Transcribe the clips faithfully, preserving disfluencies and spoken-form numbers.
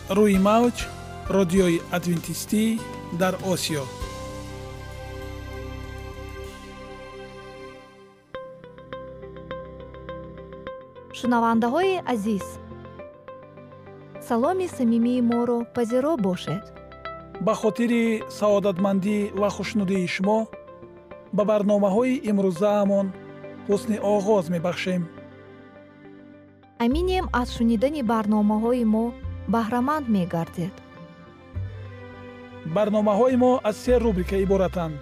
روی موج رادیوی ادوینتیستی در آسیا. шунавандаҳои азиз, саломи самимии моро пазиро бошед. ба хотири саодатмандӣ ва хушнудии шумо ба барномаҳои имрӯзаамон ҳусни оғоз мебахшем. аминем аз шунидани барномаҳои мо баҳраманд мегардед. барномаҳои мо аз се рубрика иборатанд.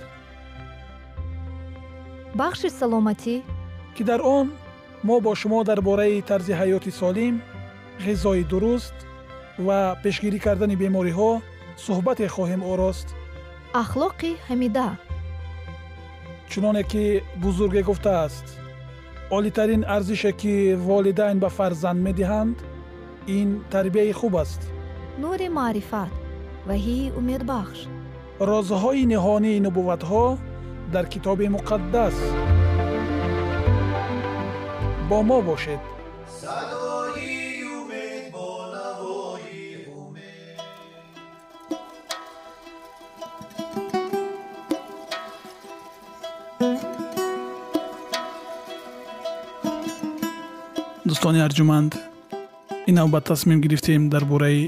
бахши саломатӣ ки дар он мо бо шумо дар бораи тарзи ҳаёти солим, ғизои дуруст ва пешгирӣ кардани бемориҳо суҳбате хоҳем орост. ахлоқи ҳамида. чуноне ки бузурге гуфтааст, олитарин арзише ки волидайн ба фарзанд медиҳанд, ин тарбияи хуб аст. нури маърифат, ваҳии умедбахш. розҳои ниҳонии нубувватҳо дар китоби муқаддас. با ما باشد. صدای امید با نوای امید. دوستان ارجمند، این نوبت تصمیم گرفتیم درباره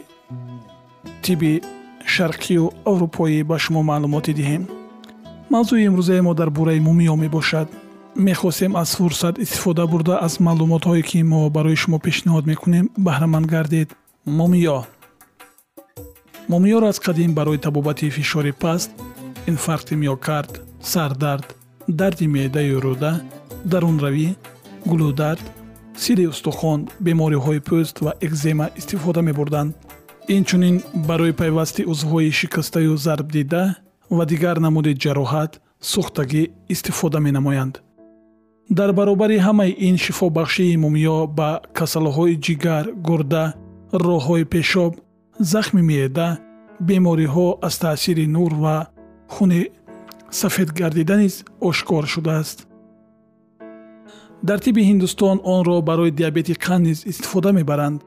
طب شرقی و اروپایی به شما معلوماتی دهیم. موضوع امروزه ما درباره مومیا می باشد. می‌خواستیم از فرصت استفاده برده از معلومات‌هایی که ما برای شما پیشنهاد می‌کنیم بهره‌مند گردید. مومیا مومیا را از قدیم برای تبابت فشار پست، انفارکت میوکارد، سردرد، درد معده و روده، درونروی، گلودرد، سیل استخوان، بیماری‌های پوست و اگزیما استفاده می‌بردند. اینچنین برای پیوستی عضوهای شکسته و ضرب دیده و دیگر نمود جراحت، سوختگی استفاده می‌نمایند. дар баробари ҳамаи ин шифобахшии мумиё ба касалҳои ҷигар, гурда, роҳҳои пешоб, захми меъда, бемориҳо аз таъсири нур ва хуни сафед гардида низ ошкор шудааст. дар тибби ҳиндустон онро барои диабети қанд низ истифода мебаранд.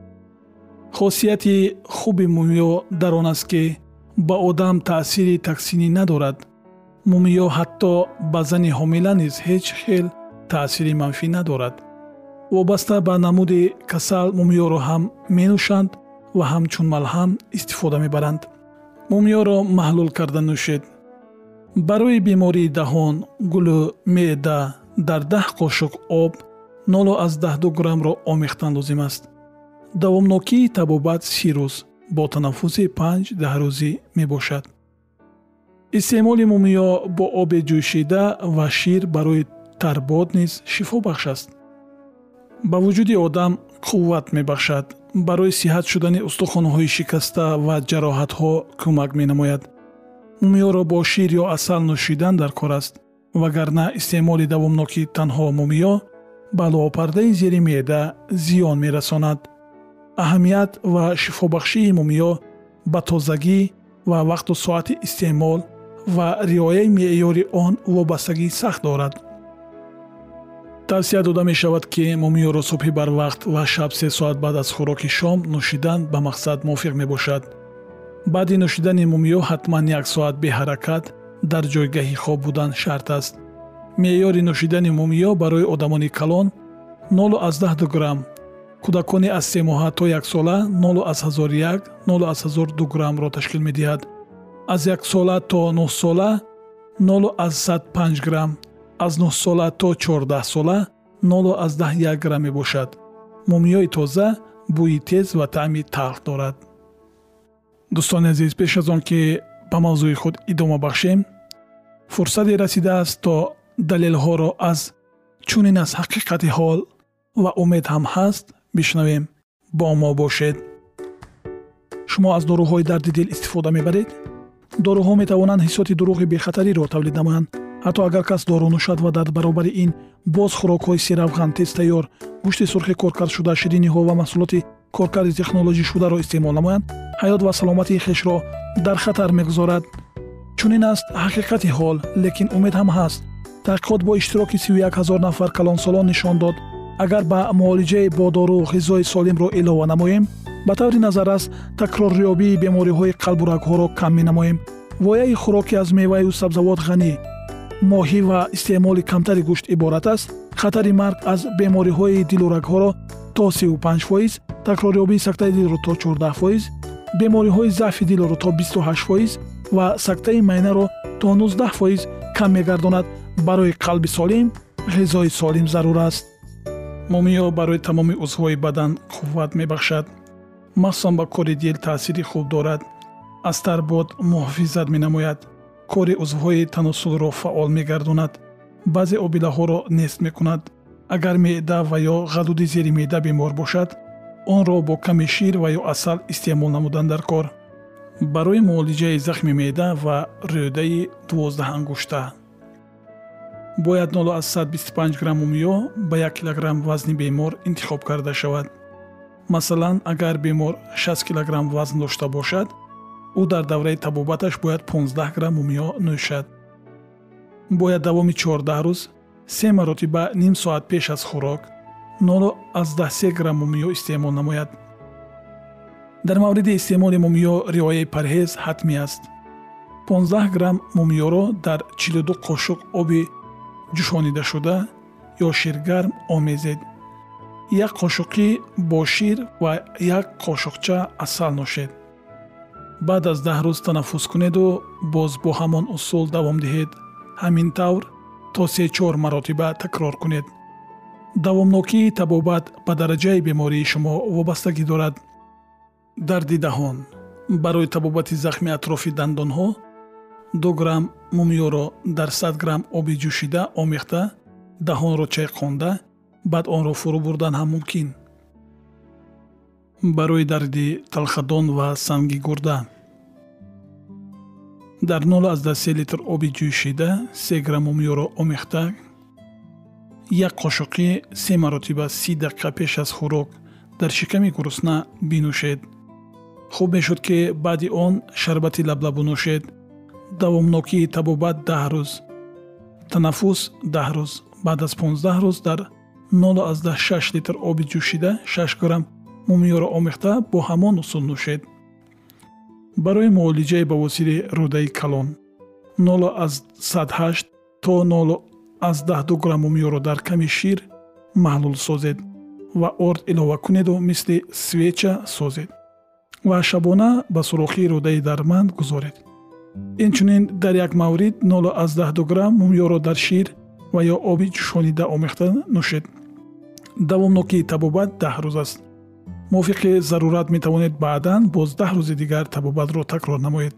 хосияти хуби мумиё дар он аст ки ба одам таъсири таксинӣ надорад. мумиё ҳатто ба зани ҳомила низ ҳеҷ хел таъсири манфӣ надорад. вобаста ба намуди касал мумиёро ҳам менӯшанд ва ҳамчун малҳам истифода мебаранд. мумиёро маҳлул карда нӯшед. барои бемории даҳон, гулу меъда дар даҳ қошуқ об нолу аз даҳду граммро омехтан лозим аст. давомнокии табобат си рӯз бо танаффуси панҷ даҳрӯзӣ мебошад. истеъмоли мумиё бо оби ҷӯшида ва шир барои тарбод низ шифобахш аст. ба вуҷуди одам қувват мебахшад. барои сиҳат шудани устухонҳои шикаста ва ҷароҳатҳо кӯмак менамояд. мумиёро бо шир ё асал нӯшидан дар кор аст. вагарна истеъмоли давомноки танҳо мумиё ба луопардаи зери меъда зиён мерасонад. аҳамият ва шифобахшии мумиё ба тозагӣ ва вақту соати истеъмол ва риояи меъёри он вобастагӣ сахт дорад. тавсия дода мешавад ки мумиёро субҳи барвақт ва шаб се соат баъд аз хӯроки шом нӯшидан ба мақсад мувофиқ мебошад. баъди нӯшидани мумиё ҳатман як соат беҳаракат дар ҷойгоҳи хоб будан шарт аст. меъёри нӯшидани мумиё барои одамони калон нолу аз даҳду грамм, кӯдакони аз се моҳа то як сола нолу аз ҳазор як нолу аз ҳазор ду граммро ташкил медиҳад. аз як сола то нӯҳ сола нолу аз сад панҷ грамм, аз нӯҳ сола то чордаҳ сола нолу аз даҳ як грамм мебошад. мумиёи тоза бӯи тез ва таъми талх дорад. дӯстони азиз, пеш аз он ки ба мавзӯи худ идома бахшем, фурсате расидааст то далелҳоро аз чунин аз ҳақиқати ҳол ва умед ҳам ҳаст бишнавем. бо мо бошед. шумо аз доруҳои дарди дил истифода мебаред? доруҳо метавонанд ҳиссоти дурӯғи бехатариро тавлид намоянд. ҳатто агар кас дору нӯшад ва дар баробари ин боз хӯрокҳои серавған, тезтайёр, гӯшти сурхи коркардшуда, шириниҳо ва маҳсулоти коркарди технологишударо истеъмол намоянд, ҳаёт ва саломатии хешро дар хатар мегузорад. чунин аст ҳақиқати ҳол, лекин умед ҳам ҳаст. таҳқиқот бо иштироки си ю як ҳазор нафар калонсолон нишон дод, агар ба муолиҷаи бо дору ғизои солимро илова намоем, ба таври назаррас такрорёбии бемориҳои қалбу рагҳоро кам менамоем. вояи хӯроки аз меваю сабзавот ғанӣ, моҳӣ ва истеъмоли камтари гӯшт иборат аст, хатари марг аз бемориҳои дилу рагҳоро то сию панҷ фоиз, такрорёбии сактаи дилро то чордаҳ фоиз, бемориҳои заъфи дилро то бисту ҳашт фоиз ва сактаи майнаро то нуздаҳ фоиз кам мегардонад. барои қалби солим ғизои солим зарур аст. мумиё барои тамоми узвҳои бадан қувват мебахшад, махсусан ба кори дил таъсири хуб дорад, аз тарбод муҳофизат менамояд, кори узвҳои таносулро фаъол мегардонад, баъзе обилаҳоро нест мекунад. агар меъда ва ё ғадуди зери меъда бемор бошад, онро бо ками шир ва ё асал истеъмол намудан дар кор. барои муолиҷаи захми меъда ва рӯдаи дувоздаҳ ангушта бояд нуло аз сад бисту панҷ грамм мумиё ба як килограмм вазни бемор интихоб карда шавад. масалан, агар бемор шаст килограмм вазн дошта бошад, ӯ дар давраи табобаташ бояд понздаҳ грамм мумиё нӯшад. бояд давоми чордаҳ рӯз се маротиба ним соат пеш аз хӯрок нуло аздаҳ се грамм мумиё истеъмол намояд. дар мавриди истеъмоли мумиё риояи парҳез ҳатмӣ аст. понздаҳ грамм мумиёро дар чилу ду қошуқ оби ҷӯшонидашуда ё ширгарм омезед. як қошуқӣ бо шир ва як қошуқча асал нӯшед. баъд аз даҳ рӯз танаффус кунеду боз бо ҳамон усул давом диҳед. ҳамин тавр то се чор маротиба такрор кунед. давомнокии табобат ба дараҷаи бемории шумо вобастагӣ дорад. дарди даҳон. барои табобати захми атрофи дандонҳо ду грамм мумиёро дар сад грамм оби ҷӯшида омехта даҳонро чайқонда баъд онро фурӯ бурдан ҳам мумкин. барои дарди талхадон ва санги гурда дар нуло аздаҳ се литр оби ҷӯшида се грамм мумиёро омехта як қошуқи се маротиба си дақиқа пеш аз хӯрок дар шиками гурусна бинӯшед. хуб мешуд ки баъди он шарбати лаблабу нӯшед. давомнокии табобат даҳ рӯз, танаффус даҳ рӯз. баъд аз понздаҳ рӯз дар нуло аздаҳ шаш литр оби ҷӯшида шаш грамм мумиёро омехта бо ҳамон усул нӯшед. барои муолиҷаи бавосири рӯдаи калон нуло аз сад ҳашт то нуло аз даҳ ду грамм мумиёро дар ками шир маҳлул созед ва орд илова кунеду мисли свеча созед ва шабона ба сурохии рӯдаи дардманд гузоред. инчунин дар як маврид нуло аз даҳ ду грамм мумиёро дар шир ва ё оби ҷӯшонида омехта нӯшед. давомнокии табобат даҳ рӯз аст. мувофиқи зарурат метавонед баъдан боз даҳ рӯзи дигар табобатро такрор намоед.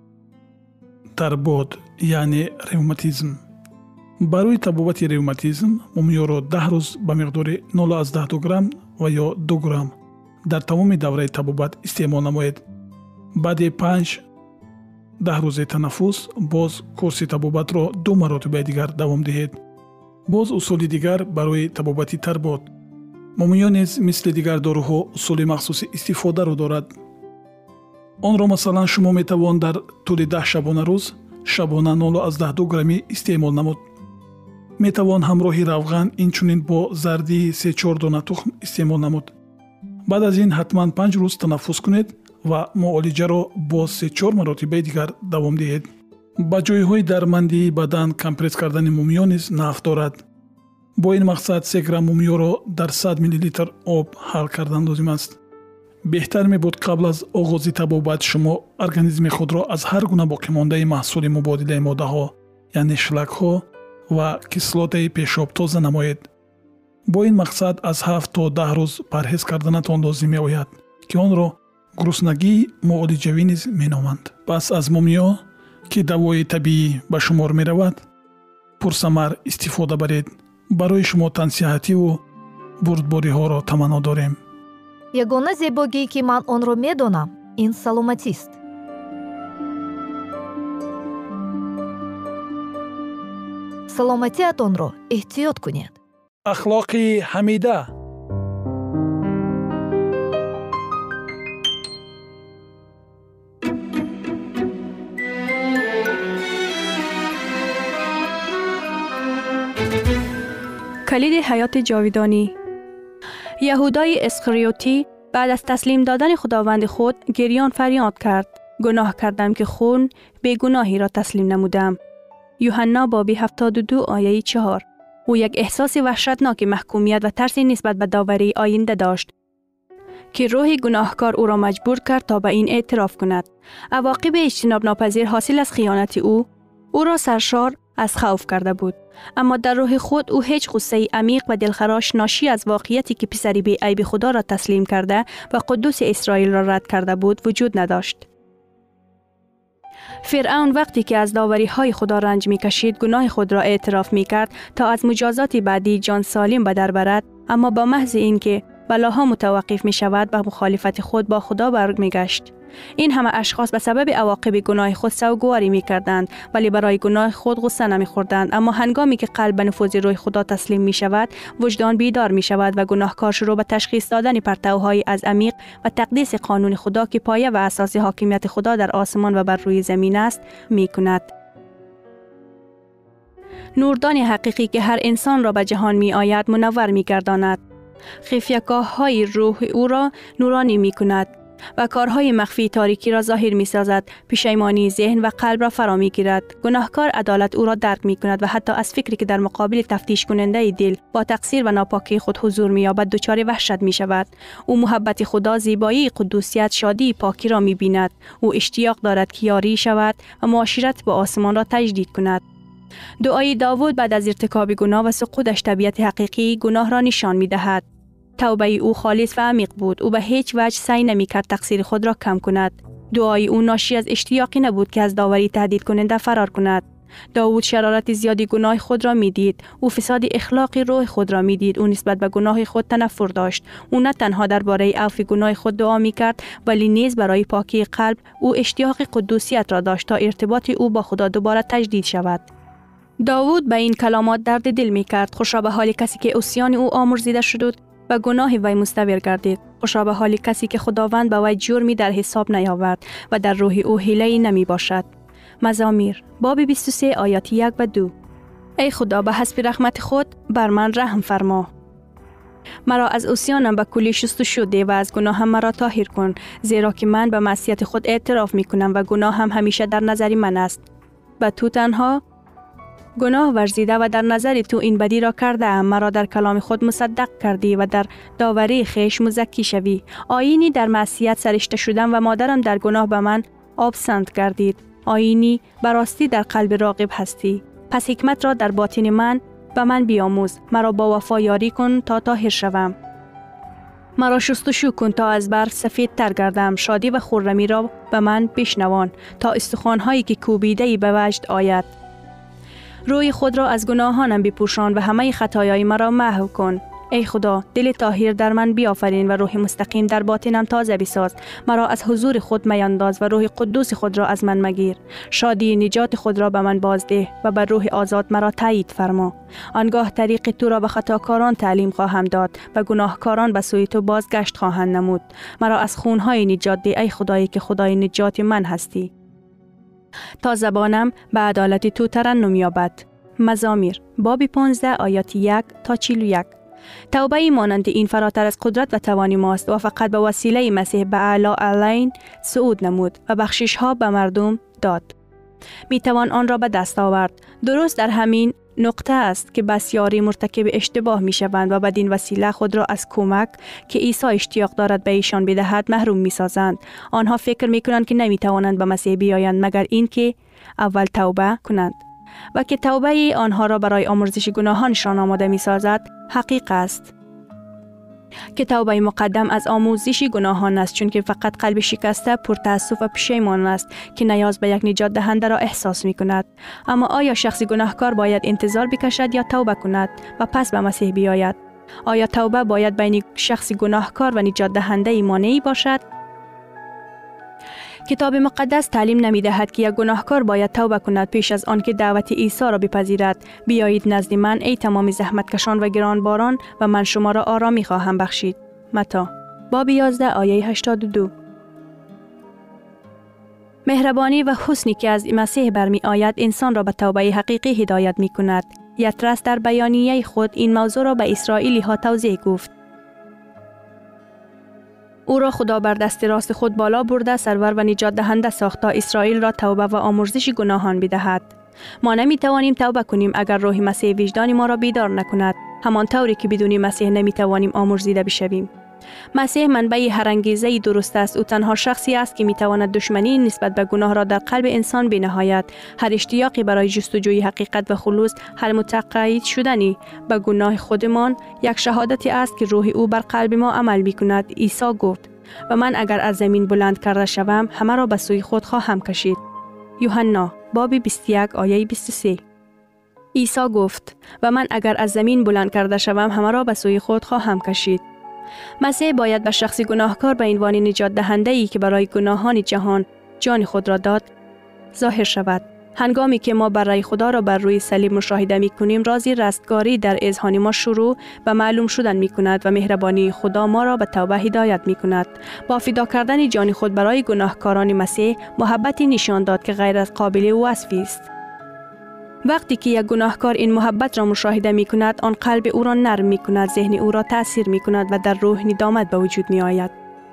тарбод яъне ревматизм. барои табобати ревматизм мумиёро даҳ рӯз ба миқдори нуло аз даҳ ду грамм ва ё ду грамм дар тамоми давраи табобат истеъмол намоед. баъди панҷ даҳ рӯзи танаффус боз курси табобатро ду маротибаи дигар давом диҳед. боз усули дигар барои табобати тарбод. мумиё низ мисли дигар доруҳо усули махсуси истифодаро дорад. онро масалан шумо метавон дар тӯли даҳ шабона рӯз шабона нуло аз даҳ ду граммӣ истеъмол намуд. метавон ҳамроҳи равған инчунин бо зардии се чор дона тухм истеъмол намуд. баъд аз ин ҳатман панҷ рӯз танаффус кунед ва муолиҷаро бо се чор маротибаи дигар давом диҳед. ба ҷойҳои дармандии бадан компресс кардани мумиё низ нафъ дорад. бо ин мақсад се грамм мумиёро дар сад миллилитр об ҳал кардан лозим аст. беҳтар мебуд қабл аз оғози табобат шумо организми худро аз ҳар гуна боқимондаи маҳсули мубодилаи моддаҳо яъне шлакҳо ва кислотаи пешоб тоза намоед. бо ин мақсад аз ҳафт то даҳ рӯз парҳез карданатон лозим меояд ки онро гуруснагии муолиҷавӣ низ меноманд. пас аз мумиё ки давои табиӣ ба шумор меравад пурсамар истифода баред. барои шумо тансиҳативу бурдбориҳоро таманно дорем. ягона зебогӣ ки ман онро медонам ин саломатист. саломатиатонро эҳтиёт кунед. ахлоқи ҳамида. کلید حیات جاویدانی. یهودای اسخریوتی بعد از تسلیم دادن خداوند خود گریان فریاد کرد: گناه کردم که خون بیگناهی را تسلیم نمودم. یوحنا باب هفتاد و دو آیه چهار. او یک احساس وحشتناک محکومیت و ترسی نسبت به داوری آینده داشت که روح گناهکار او را مجبور کرد تا به این اعتراف کند. عواقب اجتناب ناپذیر حاصل از خیانت او او را سرشار از خوف کرده بود، اما در روح خود او هیچ غصه عمیق و دلخراش ناشی از واقعیتی که پسری بی عیب خدا را تسلیم کرده و قدوس اسرائیل را رد کرده بود وجود نداشت. فرعون وقتی که از داوری های خدا رنج می کشید گناه خود را اعتراف می کرد تا از مجازات بعدی جان سالم به در برد، اما با محض اینکه بلاها متوقف می شود و مخالفت خود با خدا برمی گشت. این همه اشخاص به سبب عواقب گناه خود سوگواری می کردند ولی برای گناه خود غصه نمی خوردند، اما هنگامی که قلب به نفوذ روح خدا تسلیم می شود وجدان بیدار می شود و گناهکار شروع به تشخیص دادن پرتوهای از عمیق و تقدیس قانون خدا که پایه و اساس حاکمیت خدا در آسمان و بر روی زمین است می کند. نوردان حقیقی که هر انسان را به جهان می آید منور می گرداند. خفیگاه های روح او را نورانی می کند و کارهای مخفی تاریکی را ظاهر می سازد. پشیمانی ذهن و قلب را فرا می گیرد. گناهکار عدالت او را درک می کند و حتی از فکری که در مقابل تفتیش کننده دل با تقصیر و ناپاکی خود حضور می یابد دچار وحشت می شود. او محبت خدا، زیبایی، قدوسیت، شادی، پاکی را می بیند. او اشتیاق دارد که یاری شود و معاشرت با آسمان را تجدید کند. دعای داوود بعد از ارتکاب گناه و سقوطش طبیعت حقیقی گناه را نشان می دهد. توبه او خالص و عمیق بود. او به هیچ وجه سعی نمی‌کرد تقصیر خود را کم کند. دعای او ناشی از اشتیاقی نبود که از داوری تهدید کننده فرار کند. داوود شرارت زیادی گناه خود را می‌دید. او فساد اخلاقی روح خود را می‌دید. او نسبت به گناه خود تنفر داشت. او نه تنها درباره عفو گناه خود دعا می‌کرد، ولی نیز برای پاکی قلب او اشتیاق قدوسیت را داشت تا ارتباط او با خدا دوباره تجدید شود. داوود به این کلمات درد دل می‌کرد. خوشا به حال کسی که عصیان او آمرزیده شد و گناه وی مستویر گردید. خوشا به حال کسی که خداوند به وی جرمی در حساب نیاورد و در روح او حیله‌ای نمی باشد. مزامیر باب بیست و سه آیات یک و دو. ای خدا به حسب رحمت خود بر من رحم فرما. مرا از عصیانم به کلی شستشو ده و از گناهم مرا طاهر کن، زیرا که من به معصیت خود اعتراف می کنم و گناهم همیشه در نظر من است. و تو تنها گناه ورزیده و در نظر تو این بدی را کرده ام. مرا در کلام خود مصدق کردی و در داوری خیش مزکی شوی. آیینی در معصیت سرشته شدم و مادرم در گناه به من آبسند کردید. آیینی براستی در قلب راغب هستی. پس حکمت را در باطن من به من بیاموز. مرا با وفا یاری کن تا طاهر شوم. مرا شستشو کن تا از برف سفید تر گردم. شادی و خرمی را به من بشنوان تا استخوان‌هایی که کوبیده به وجد آید. روی خود را از گناهانم بپوشان و همه خطایای مرا محو کن. ای خدا، دل طاهر در من بیافرین و روح مستقیم در باطنم تازه بساز. مرا از حضور خود میانداز و روح قدوس خود را از من مگیر. شادی نجات خود را به من بازده و بر روح آزاد مرا تایید فرما. آنگاه طریق تو را به خطاکاران تعلیم خواهم داد و گناهکاران به سوی تو بازگشت خواهند نمود. مرا از خونهای نجات ده ای خدایی که خدای نجات من هستی، تا زبانم به عدالت تو ترنم یابد. مزامیر باب پانزده آیات یک تا چهل و یک. توبه مانند این فراتر از قدرت و توان ماست و فقط به وسیله مسیح به اعلی علین صعود نمود و بخشش ها به مردم داد. می توان آن را به دست آورد. درست در همین نقطه است که بسیاری مرتکب اشتباه می شوند و بدین وسیله خود را از کمک که عیسی اشتیاق دارد به ایشان بدهد محروم می سازند. آنها فکر می کنند که نمی توانند به مسیح بیایند مگر اینکه اول توبه کنند و که توبه آنها را برای آمرزش گناهانشان آماده می سازد. حقیقت است که توبه مقدم از آموزش گناهان است، چون که فقط قلب شکسته پرتأسف و پشیمان است که نیاز به یک نجات دهنده را احساس می کند. اما آیا شخص گناهکار باید انتظار بکشد یا توبه کند و پس به مسیح بیاید؟ آیا توبه باید بین شخص گناهکار و نجات دهنده مانعی باشد؟ کتاب مقدس تعلیم نمی دهد که یک گناهکار باید توبه کند پیش از آن که دعوت عیسی را بپذیرد. بیایید نزد من ای تمام زحمتکشان و گرانباران و من شما را آرامی خواهم بخشید. متی باب یازده آیه هشتاد و دو. مهربانی و حسنی که از مسیح برمی آید انسان را به توبه حقیقی هدایت می کند. یترس در بیانیه خود این موضوع را به اسرائیلی ها توضیح گفت. او را خدا بر دست راست خود بالا برده سرور و نجات دهنده ساخت تا اسرائیل را توبه و آمرزش گناهان بدهد. ما نمی توانیم توبه کنیم اگر روح مسیح وجدان ما را بیدار نکند، همان طوری که بدون مسیح نمی توانیم آمرزیده بشویم. مسیح منبع هر انگیزه درست است. او تنها شخصی است که می تواند دشمنی نسبت به گناه را در قلب انسان بنهایت، هر اشتیاقی برای جستجوی حقیقت و خلوص، هر متقاعد شدنی به گناه خودمان یک شهادتی است که روح او بر قلب ما عمل می کند. عیسی گفت و من اگر از زمین بلند کرده شوم همه را به سوی خود خواهم کشید. یوحنا باب بیست و یک آیه بیست و سه. عیسی گفت و من اگر از زمین بلند کرده شوم همه را به سوی خود خواهم کشید. مسیح باید به شخص گناهکار به عنوان نجات دهنده ای که برای گناهان جهان جان خود را داد ظاهر شود. هنگامی که ما برای خدا را بر روی صلیب مشاهده می کنیم، رازی رستگاری در اذهان ما شروع و معلوم شدن می کند و مهربانی خدا ما را به توبه هدایت می کند. با فدا کردن جان خود برای گناهکاران مسیح، محبتی نشان داد که غیر از قابل وصفی است. وقتی که یک گناهکار این محبت را مشاهده می کند، آن قلب او را نرم می کند، ذهن او را تأثیر می کند و در روح ندامت به وجود می آید.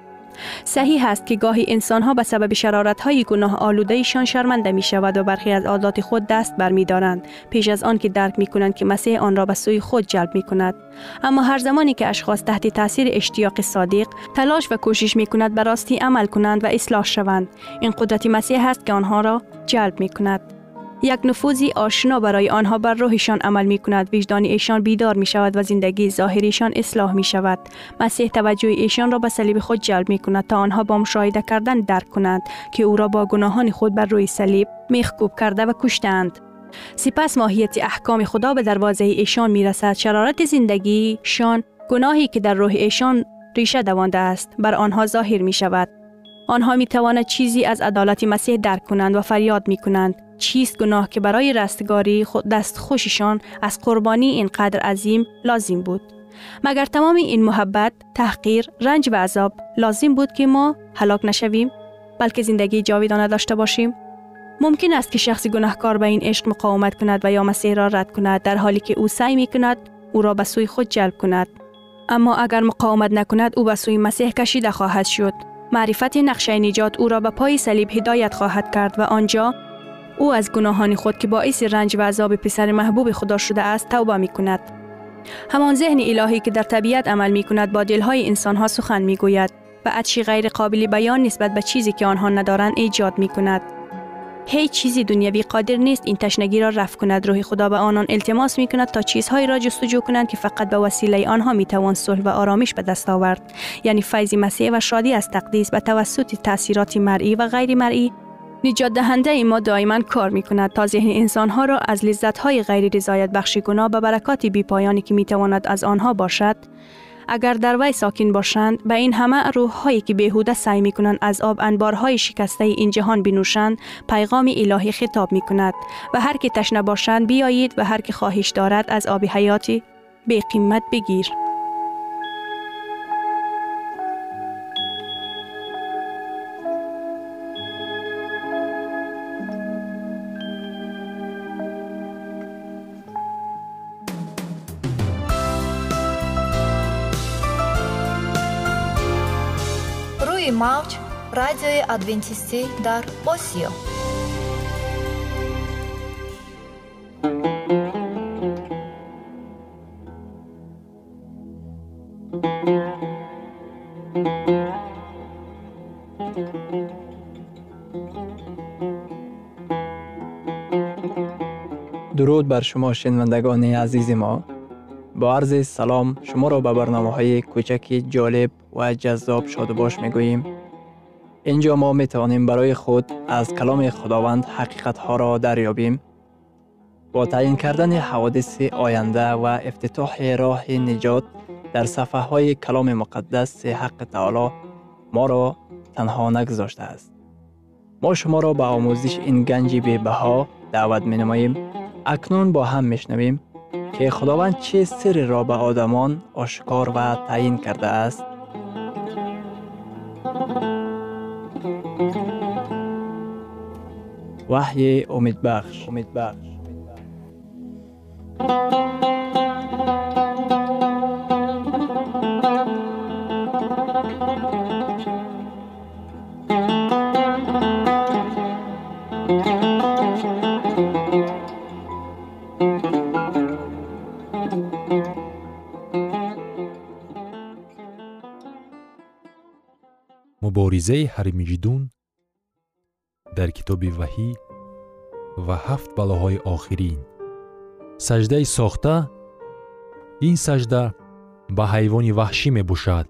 صحیح است که گاهی انسان‌ها به سبب شرارت‌های گناه آلوده‌شان شرمنده می‌شوند و برخی از عادات خود دست برمی‌دارند پیش از آن که درک می‌کنند که مسیح آن را به سوی خود جلب می‌کند. اما هر زمانی که اشخاص تحت تاثیر اشتیاق صادق تلاش و کوشش می‌کنند به راستی عمل کنند و اصلاح شوند، این قدرت مسیح است که آنها را جلب می‌کند. یک نفوذی آشنا برای آنها بر روحشان عمل می کند، وجدان ایشان بیدار می شود و زندگی ظاهریشان اصلاح می شود. مسیح توجه ایشان را به صلیب خود جلب می کند تا آنها با مشاهده کردن درک کنند که او را با گناهان خود بر روی صلیب میخکوب کرده و کشتند. سپس ماهیت احکام خدا به دروازه ایشان می رسد. شرارت زندگی شان، گناهی که در روح ایشان ریشه دوانده است، بر آنها ظاهر می شود. آنها می توانند چیزی از عدالت مسیح درک کنند و فریاد می کنند: چیست گناه که برای رستگاری خود دست خوششان از قربانی اینقدر عظیم لازم بود؟ مگر تمام این محبت، تحقیر، رنج و عذاب لازم بود که ما هلاک نشویم، بلکه زندگی جاودانه داشته باشیم؟ ممکن است که شخص گناهکار به این عشق مقاومت کند و یا مسیح را رد کند، در حالی که او سعی می کند او را به سوی خود جلب کند. اما اگر مقاومت نکند، او به سوی مسیح کشیده خواهد شد. معرفت نقشه نجات او را به پای صلیب هدایت خواهد کرد و آنجا او از گناهان خود که باعث رنج و عذاب پسر محبوب خدا شده است توبه می کند. همان ذهن الهی که در طبیعت عمل می کند با دلهای انسانها سخن می گوید و عطشی غیر قابل بیان نسبت به چیزی که آنها ندارند ایجاد می کند. هیچ چیزی دنیوی قادر نیست این تشنگی را رفع کند. روح خدا به آنان التماس می کند تا چیزهایی را جستجو کنند که فقط به وسیله آنها می توان صلح و آرامش به دست آورد، یعنی فیض مسیح و شادی از تقدیس به توسط تأثیرات مرئی و غیر مرئی. نجات دهنده ما دائما کار می کند تا ذهن انسانها را از لذت‌های غیر رضایت بخش گناه به برکات بی پایانی که می تواند از آنها باشد، اگر در وی ساکن باشند، به این همه روح‌هایی که بیهوده سعی می کنند از آب انبارهای شکسته این جهان بنوشند، پیغام الهی خطاب می کند و هر که تشنه باشند بیایید و هر که خواهش دارد از آب حیاتی بی قیمت بگیر. روی موج رادیوی ادوینتیستی در آسیا. درود بر شما شنوندگان عزیز ما. با عرض سلام شما را به برنامه‌های کوچک جالب و جذاب شادباش می‌گوییم. اینجا ما می‌توانیم برای خود از کلام خداوند حقیقت‌ها را دریابیم. با تعیین کردن حوادث آینده و افتتاح راه نجات در صفحه‌های کلام مقدس، حق تعالی ما را تنها نگذاشته است. ما شما را به آموزش این گنج بی‌بها دعوت می‌نماییم. اکنون با هم می‌شنویم که خداوند چه سر را به آدمان آشکار و تعیین کرده است. وحی امیدبخش. امیدبخش. مبارزه هرمجدون در کتاب وحی و هفت بلاهای آخرین. سجده ساخته، این سجده به حیوان وحشی می باشد.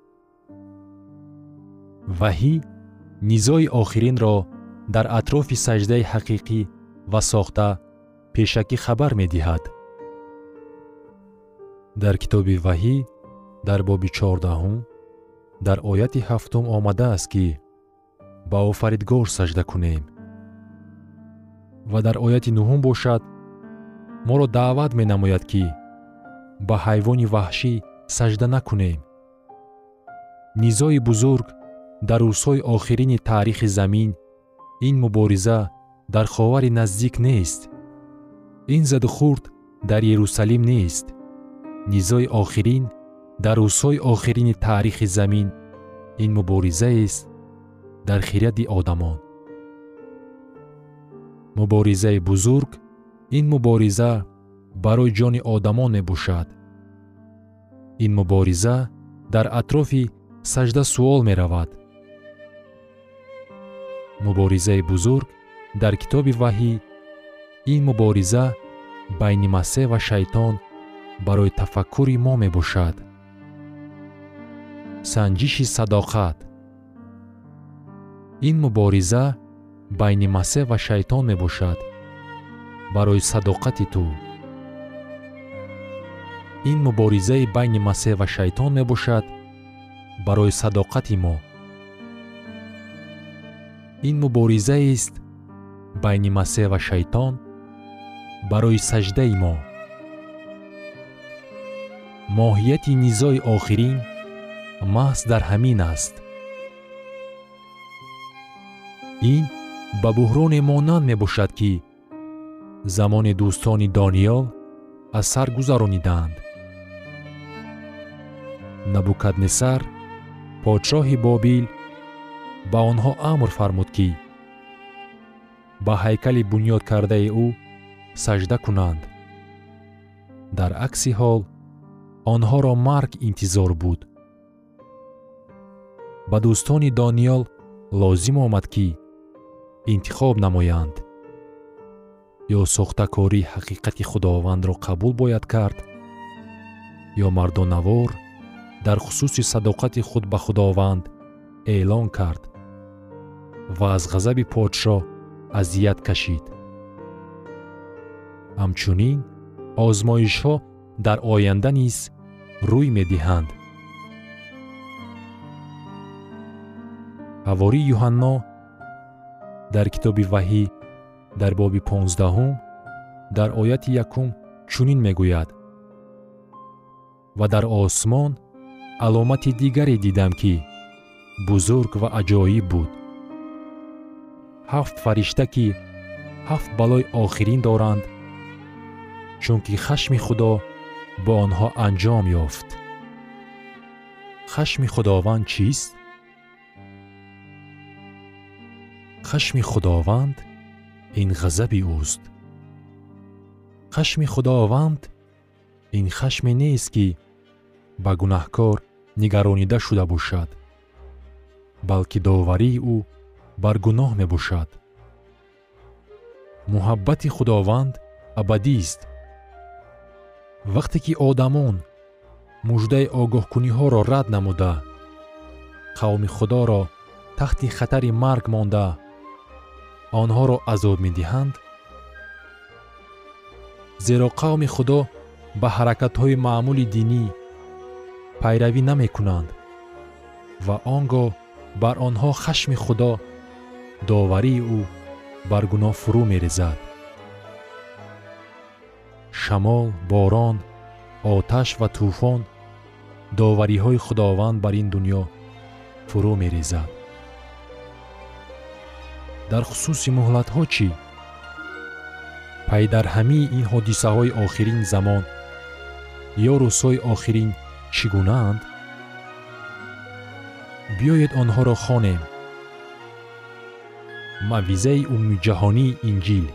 وحی نیزای آخرین را در اطراف سجده حقیقی و ساخته پیشکی خبر می دهد. در کتاب وحی در باب چهاردهم در آیت هفتم آمده است که با آفریدگار سجده کنیم و در آیت نهم باشد ما را دعوت می نماید که با حیوان وحشی سجده نکنیم. نیزای بزرگ در روزهای آخرین تاریخ زمین، این مبارزه در خاور نزدیک نیست. این زد و خورد در یروشلیم نیست. نیزای آخرین در روزهای آخرین تاریخ زمین، این مبارزه است در خرد آدمان. مبارزه بزرگ، این مبارزه برای جان آدمان می باشد. این مبارزه در اطراف سجده سوال می رود. مبارزه بزرگ در کتاب وحی، این مبارزه بین مسیح و شیطان برای تفکر ما می باشد. سنجش صداقت، این مبارزه بین مسیح و شیطان می باشد برای صداقت تو. این مبارزه بین مسیح و شیطان می باشد برای صداقت ما. این مبارزه است بین مسیح و شیطان برای سجده ما. ماهیت نیزای آخرین محض در همین است. این به بحران مانند می باشد که زمان دوستان دانیال از سر گذرانیدند. نبوکدنصر پادشاه بابل با آنها امر فرمود که با هیکل بنیاد کرده او سجده کنند. در عکس حال آنها را مرگ انتظار بود. با دوستان دانیال لازم آمد که انتخاب نمایند. یا ساختکاری حقیقت خداوند را قبول باید کرد، یا مردانوار در خصوص صداقت خود به خداوند اعلان کرد و از غضب پادشاه اذیت کشید. همچنین آزمایش ها در آینده نیز روی می دهند. حواری یوحنا در کتاب وحی در باب پانزدهم در آیت یکم چنین می گوید: و در آسمان علامت دیگری دیدم که بزرگ و عجایب بود. هفت فرشته که هفت بلای آخرین دارند، چون که خشم خدا با آنها انجام یافت. خشم خداوند چیست؟ خشم خداوند این غضب اوست. خشم خداوند این خشم نیست که با گناهکار نگرانیده شده باشد، بلکه داوری او بر گناه می باشد. محبت خداوند ابدی است. وقتی که آدمان مژده آگاه کنی ها را رد نموده، قوم خدا را تحت خطر مرگ مانده آنها را عذاب می دهند، زیرا قوم خدا به حرکت های معمول دینی پیروی نمی کنند و آنگاه بر آنها خشم خدا، داوری او بر گناه فرو می ریزد. شمال، باران، آتش و طوفان، داوری های خداوند بر این دنیا فرو می ریزد. در خصوص مهلت ها چی؟ پی در همه این حادثه های آخرین زمان یا روزهای آخرین چگونه اند؟ بیایید آنها را خوانیم. موعظه عمومی جهانی انجیل.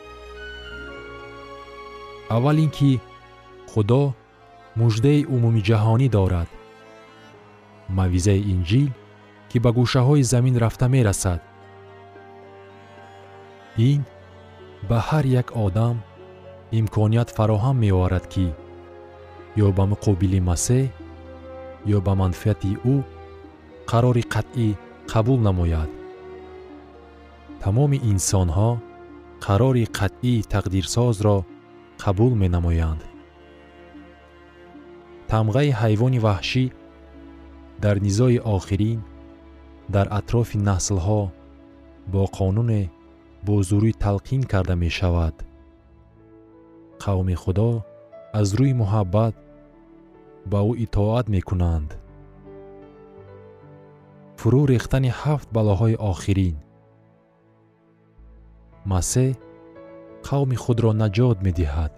اول اینکه خدا مژده عمومی جهانی دارد. موعظه انجیل که به گوشه های زمین رفته می رسد. این به هر یک آدم امکانیت فراهم می آورد که یا به مقابل مسیح یا به منفعت او قرار قطعی قبول نماید. تمام انسان ها قرار قطعی تقدیرساز را قبول می نمایند. تمغه حیوان وحشی در نزاع آخرین در اطراف نسل ها با قانون بزرگی تلقین کرده می شود. قوم خدا از روی محبت با او اطاعت می کنند. فرو ریختن هفت بلاهای آخرین. مسیح قوم خود را نجات می دهد.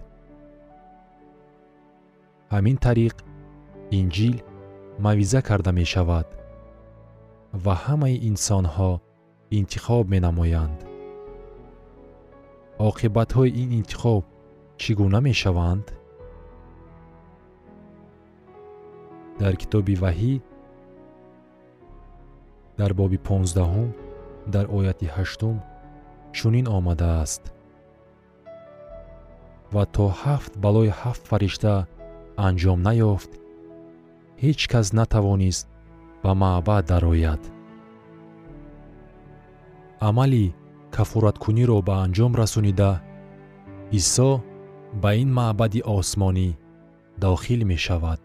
همین طریق انجیل موعظه کرده می شود و همه انسان ها انتخاب می نمایند. عاقبت های این انتخاب چگونه می شوند؟ در کتاب وحی در باب پانزدهم در آیت هشتم چنین آمده است: و تا هفت بلای هفت فرشته انجام نیافت، هیچ کس نتوانست به معبد درآید. عملی کفارت کنی را به انجام رسانیده، عیسی به این معبد آسمانی داخل می شود.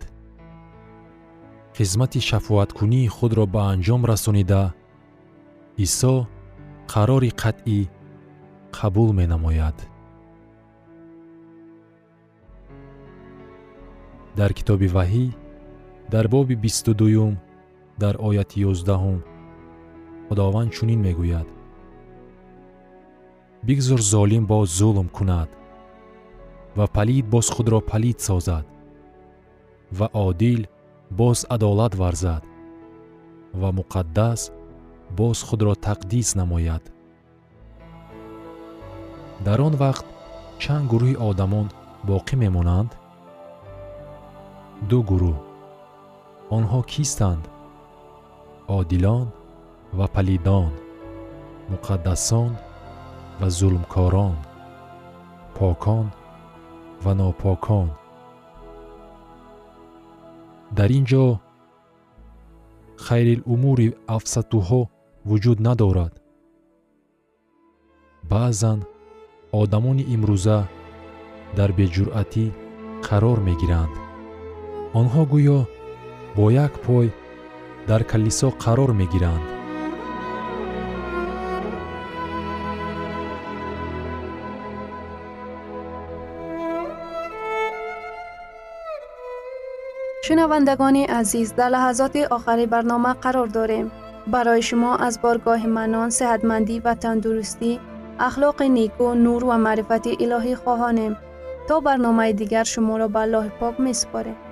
خدمت شفاعت کنی خود را به انجام رسانیده، عیسی قرار قطعی قبول می نماید. در کتاب وحی در باب بیست و دوم در آیت یازدهم خداوند چنین می گوید: بگذار ظالم باز ظلم کند و پلید باز خود را پلید سازد و عادل باز عدالت ورزد و مقدس باز خود را تقدیس نماید. در آن وقت چند گروه آدمان باقی میمانند؟ دو گروه. آنها کیستند؟ عادلان و پلیدان، مقدسان و ظلمکاران، پاکان و ناپاکان. در اینجا خیر الامور افسطها وجود ندارد. بعضن آدمان امروزه در بی‌جرأتی قرار می گیرند. آنها گویا با یک پای در کلیسا قرار می گیرند. شنوندگان عزیز، در لحظات آخری برنامه قرار داریم. برای شما از بارگاه منان، صحتمندی و تندرستی، اخلاق نیکو، نور و معرفت الهی خواهانیم. تا برنامه دیگر شما را به الله پاک می سپاریم.